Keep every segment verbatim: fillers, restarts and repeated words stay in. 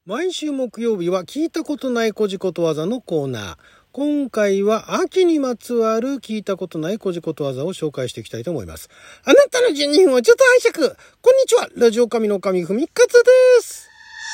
毎週木曜日は聞いたことないこじことわざのコーナー。今回は秋にまつわる聞いたことないこじことわざを紹介していきたいと思います。あなたのじゅうにふんをちょっと拝借。こんにちは。ラジオ神の神ふみかつです。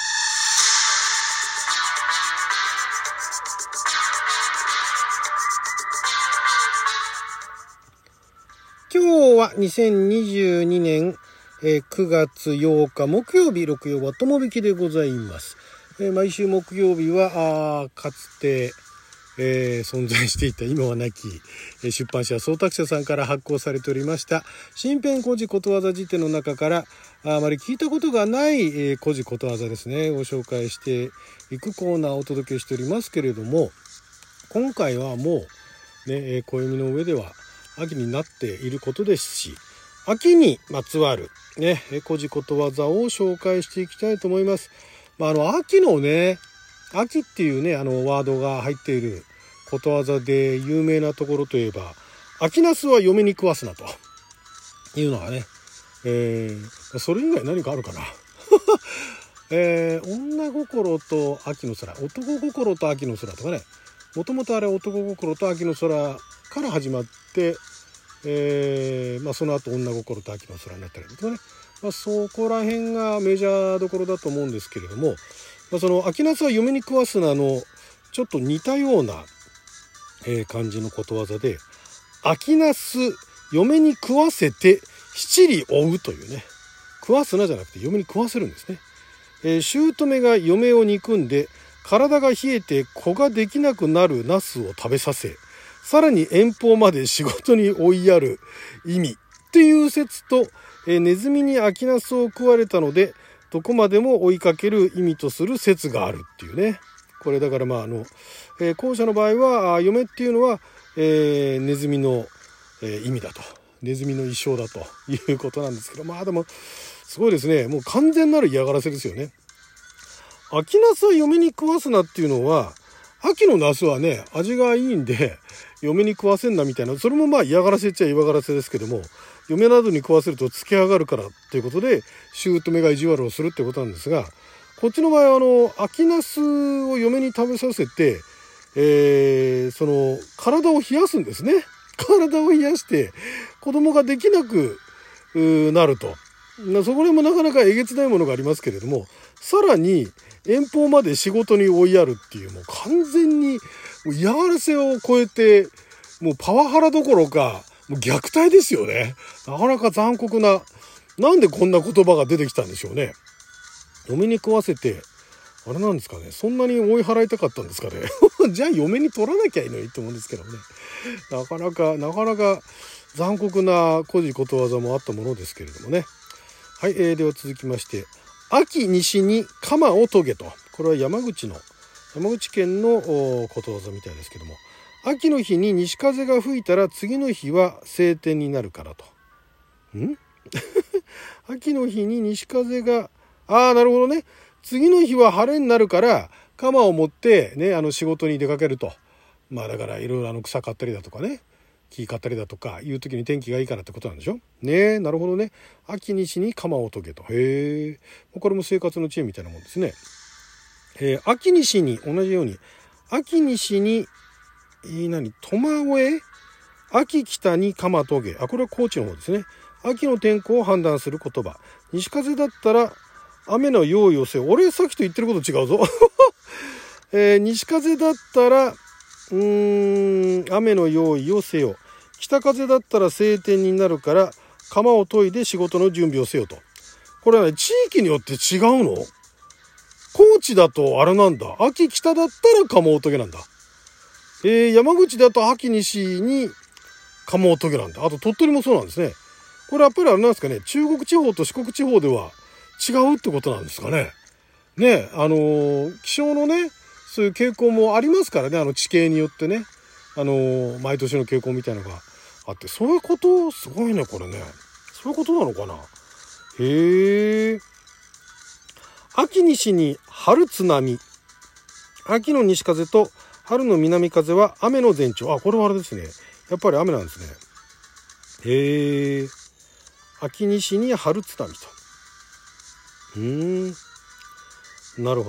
今日はにせんにじゅうにねんくがつようか木曜日、六曜は友引きでございます。毎週木曜日はあかつて、えー、存在していた今はなき出版社総託社さんから発行されておりました新編古事ことわざ辞典の中からあまり聞いたことがない、えー、古事ことわざですねを紹介していくコーナーをお届けしておりますけれども、今回はもうね暦の上では秋になっていることですし、秋にまつわるね古事ことわざを紹介していきたいと思います。まあ、あの秋のね秋っていうねあのワードが入っていることわざで有名なところといえば、秋ナスは嫁に食わすなというのがね、えー、それ以外何かあるかなえー、女心と秋の空、男心と秋の空とかね、もともとあれ男心と秋の空から始まって、えーまあ、その後女心と秋の空になったりとかね、まあ、そこら辺がメジャーどころだと思うんですけれども、まあ、その秋ナスは嫁に食わすなのちょっと似たような、えー、感じのことわざで、秋ナス嫁に食わせて七里追うというね、食わすなじゃなくて嫁に食わせるんですね。えー、姑が嫁を憎んで体が冷えて子ができなくなるナスを食べさせ、さらに遠方まで仕事に追いやる意味っていう説と、えー、ネズミに秋ナスを食われたのでどこまでも追いかける意味とする説があるっていうね。これだからまああの、えー、後者の場合は嫁っていうのは、えー、ネズミの、えー、意味だと、ネズミの意匠だということなんですけど、まあでもすごいですね。もう完全なる嫌がらせですよね。秋ナスは嫁に食わすなっていうのは、秋のナスはね味がいいんで嫁に食わせんなみたいな、それもまあ嫌がらせっちゃ嫌がらせですけども、嫁などに食わせるとつけ上がるからということで姑が意地悪をするってことなんですが、こっちの場合はあの秋ナスを嫁に食べさせて、えー、その体を冷やすんですね。体を冷やして子供ができなくなると、そこでもなかなかえげつないものがありますけれども、さらに遠方まで仕事に追いやるっていう、もう完全に嫌がらせを超えてもうパワハラどころかもう虐待ですよね。なかなか残酷な、なんでこんな言葉が出てきたんでしょうね。嫁に食わせてあれなんですかね、そんなに追い払いたかったんですかねじゃあ嫁に取らなきゃいいのにと思うんですけどね。なかなかなかなか残酷な古事ことわざもあったものですけれどもね。はい、えー、では続きまして、秋西に鎌を研げと、これは山口の山口県のことわざみたいですけども、秋の日に西風が吹いたら次の日は晴天になるからと。ん秋の日に西風が、ああなるほどね、次の日は晴れになるから鎌を持ってねあの仕事に出かけると。まあだからいろいろあの草刈ったりだとかね、木刈ったりだとかいう時に天気がいいからってことなんでしょねえ。なるほどね。秋西に鎌を研げと。へえ。これも生活の知恵みたいなもんですね。えー、秋西に同じように秋西にいい何苫小へ秋北に鎌研げ。あ、これは高知の方ですね。秋の天候を判断する言葉。西風だったら雨の用意をせよ。俺さっきと言ってること違うぞ、えー、西風だったらうーん雨の用意をせよ。北風だったら晴天になるから鎌を研いで仕事の準備をせよと。これはね地域によって違うの。高知だとあれなんだ、秋北だったら鎌を研げなんだ。えー、山口だと秋西に鎌を研げなんだ。あと鳥取もそうなんですね。これやっぱりあれなんですかね、中国地方と四国地方では違うってことなんですかね。ね、あのー、気象のねそういう傾向もありますからね、あの地形によってね、あのー、毎年の傾向みたいなのがあって、そういうことすごいねこれね。そういうことなのかな。へえ。秋西に春津波。秋の西風と春の南風は雨の前兆。あ、これはあれですね、やっぱり雨なんですね。へえ。秋西に春津波と。うーん、なるほど。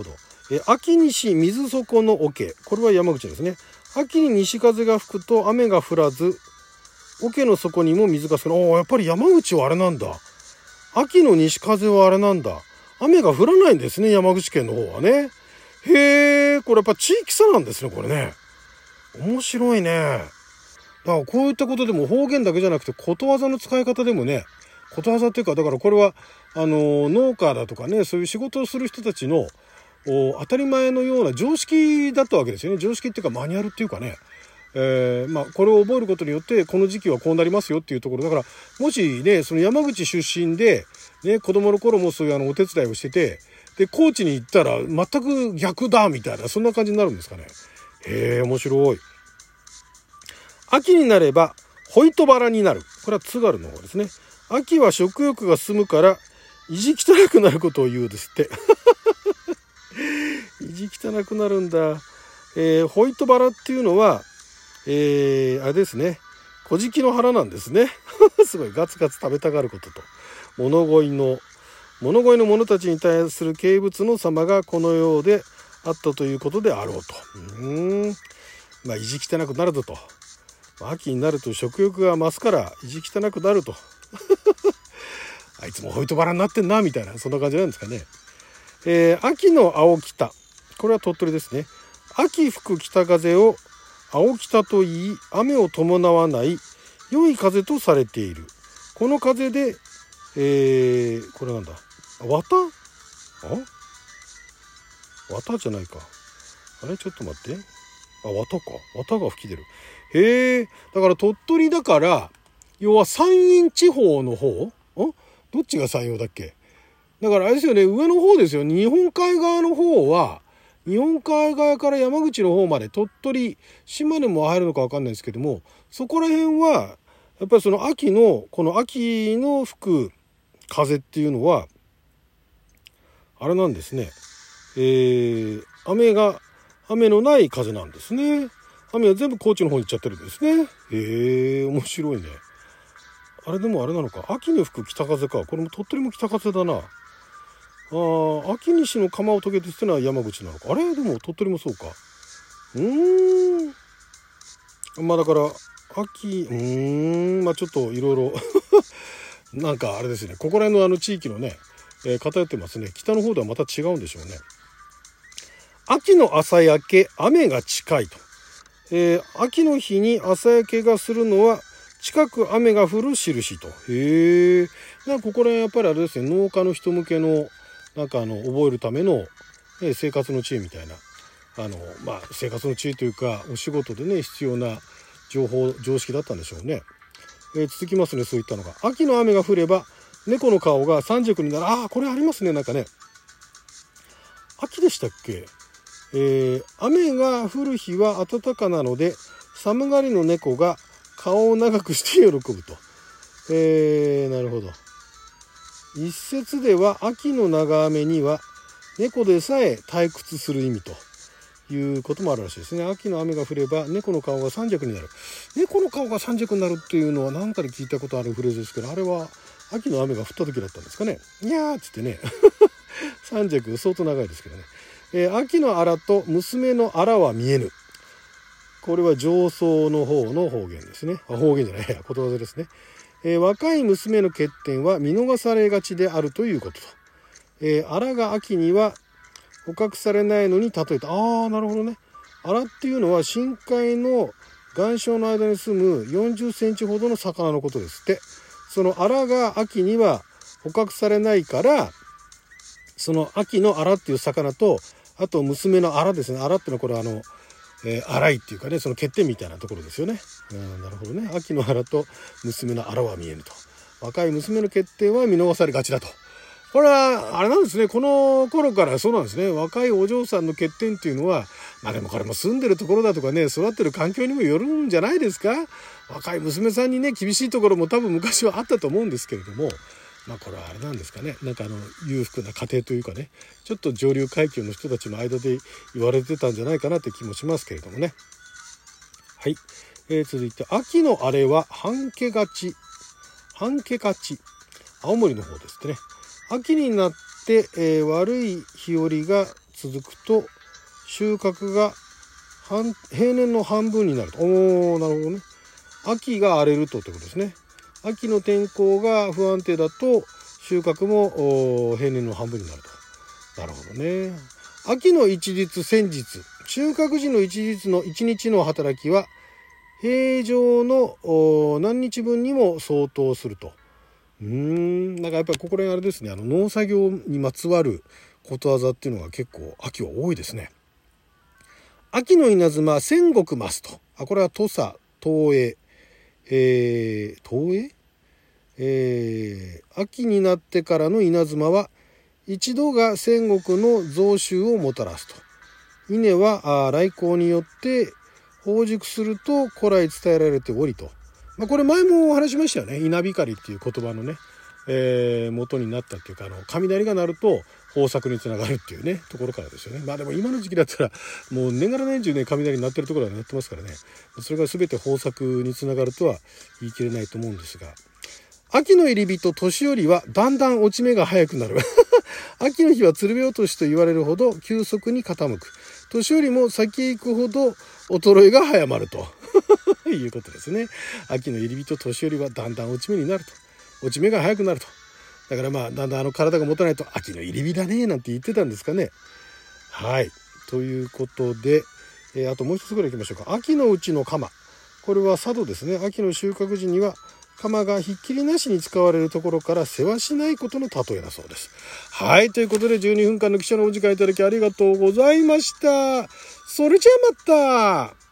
え秋西水底の桶、これは山口ですね。秋に西風が吹くと雨が降らず、桶の底にも水が少ない。おー、やっぱり山口はあれなんだ。秋の西風はあれなんだ。雨が降らないんですね、山口県の方はね。へえ、これやっぱ地域差なんですね、これね。面白いね。だからこういったことでも方言だけじゃなくてことわざの使い方でもね、ことわざっていうか、だからこれはあの農家だとかね、そういう仕事をする人たちの当たり前のような常識だったわけですよね。常識っていうかマニュアルっていうかね、えー、まあこれを覚えることによってこの時期はこうなりますよっていうところだから、もしねその山口出身でね子供の頃もそういうあのお手伝いをしてて、で高知に行ったら全く逆だみたいな、そんな感じになるんですかね。へえ、面白い。秋になればホイトバラになる。これは津軽の方ですね。秋は食欲が進むから意地汚くなることを言うですって意地汚くなるんだ。えー、ホイトバラっていうのは、えー、あれですね、小じきの腹なんですねすごいガツガツ食べたがることと、物乞いの物乞いの者たちに対する軽蔑の様がこのようであったということであろうと。うーん、まあ意地汚くなるぞと。秋になると食欲が増すから意地汚くなるとあいつもホイトバラになってんなみたいな、そんな感じなんですかね。えー、秋の青北、これは鳥取ですね。秋吹く北風を青北と言い、雨を伴わない良い風とされている。この風で、えー、これなんだ、綿？あ？綿じゃないか。あれちょっと待って。あ、綿か。綿が吹き出る。へえ。だから鳥取だから、要は山陰地方の方？ん？どっちが山陽だっけ？だからあれですよね、上の方ですよ。日本海側の方は、日本海側から山口の方まで、鳥取、島根も入るのか分かんないですけども、そこら辺は、やっぱりその秋の、この秋の吹く風っていうのは、あれなんですね。えー、雨が、雨のない風なんですね。雨は全部高知の方に行っちゃってるんですね。へえ、面白いね。あれでもあれなのか。秋に吹く北風か。これも鳥取も北風だな。ああ、秋西の釜を溶けてってのは山口なのか。あれでも鳥取もそうか。うーん。まあだから、秋、うーん、まあちょっといろいろ、なんかあれですね。ここら辺のあの地域のね、えー、偏ってますね。北の方ではまた違うんでしょうね。秋の朝焼け、雨が近いと。えー、秋の日に朝焼けがするのは近く雨が降る印と。へえ。なんかここら辺やっぱりあれですね、農家の人向けのなんかあの覚えるための、ね、生活の知恵みたいな、あのまあ生活の知恵というかお仕事でね必要な情報常識だったんでしょうね。えー、続きますね、そういったのが。秋の雨が降れば猫の顔が三尺になる。ああ、これありますね、なんかね。秋でしたっけ。えー、雨が降る日は暖かなので寒がりの猫が顔を長くして喜ぶと。えー、なるほど。一説では秋の長雨には猫でさえ退屈する意味ということもあるらしいですね。秋の雨が降れば猫の顔が三尺になる。猫の顔が三尺になるっていうのは何かで聞いたことあるフレーズですけど、あれは秋の雨が降った時だったんですかね。いやーっつってね三尺相当長いですけどね。えー、秋の荒と娘の荒は見えぬ。これは上層の方の方言ですね。あ、方言じゃないや、ことわざですね。えー、若い娘の欠点は見逃されがちであるということと。えー、荒が秋には捕獲されないのに例えた。ああ、なるほどね。荒っていうのは深海の岩礁の間に住むよんじゅっセンチほどの魚のことですって。その荒が秋には捕獲されないから、その秋の荒っていう魚と、あと娘の荒ですね。荒っていうのはこれあの、えー、荒いっていうかね、その欠点みたいなところですよね。うん、なるほどね。秋の荒と娘の荒は見えると。若い娘の欠点は見逃されがちだと。これはあれなんですね。この頃からそうなんですね。若いお嬢さんの欠点っていうのは、まあでもこれも住んでるところだとかね、育ってる環境にもよるんじゃないですか。若い娘さんにね、厳しいところも多分昔はあったと思うんですけれども、まあこれはあれなんですかね。なんかあの裕福な家庭というかね、ちょっと上流階級の人たちの間で言われてたんじゃないかなって気もしますけれどもね。はい。えー、続いて、秋のあれは半毛勝ち。半毛勝ち。青森の方ですってね。秋になって、えー、悪い日和が続くと収穫が半平年の半分になると。おー、なるほどね。秋が荒れるとということですね。秋の天候が不安定だと収穫も平年の半分になると。なるほどね。秋の一日先日、収穫時の一日の一日の働きは平常の何日分にも相当すると。うーん、なんかやっぱりここら辺あれですね、あの農作業にまつわることわざっていうのが結構秋は多いですね。秋の稲妻千石増すと。あ、これは土佐東映、えー、東映、えー、秋になってからの稲妻は一度が千石の増収をもたらすと。稲は来光によって豊熟すると古来伝えられておりと。まあ、これ前もお話しましたよね。稲光っていう言葉のね、えー、元になったっていうか、あの雷が鳴ると豊作につながるっていうねところからですよね。まあでも今の時期だったらもう年がら年中ね雷に鳴ってるところは鳴ってますからね、それが全て豊作につながるとは言い切れないと思うんですが、秋の入り人年寄りはだんだん落ち目が早くなる秋の日は鶴瓶落としと言われるほど急速に傾く。年寄りも先へ行くほど衰えが早まるということですね。秋の入り人年寄りはだんだん落ち目になると、落ち目が早くなると。だからまあだんだんあの体が持たないと秋の入り火だねなんて言ってたんですかね。はい、ということで、えー、あともう一つぐらい行きましょうか。秋のうちの鎌、これは佐渡ですね。秋の収穫時には鎌がひっきりなしに使われるところから世話しないことの例えだそうです。はい、ということでじゅうにふんかんの記者のお時間いただきありがとうございました。それじゃあまた。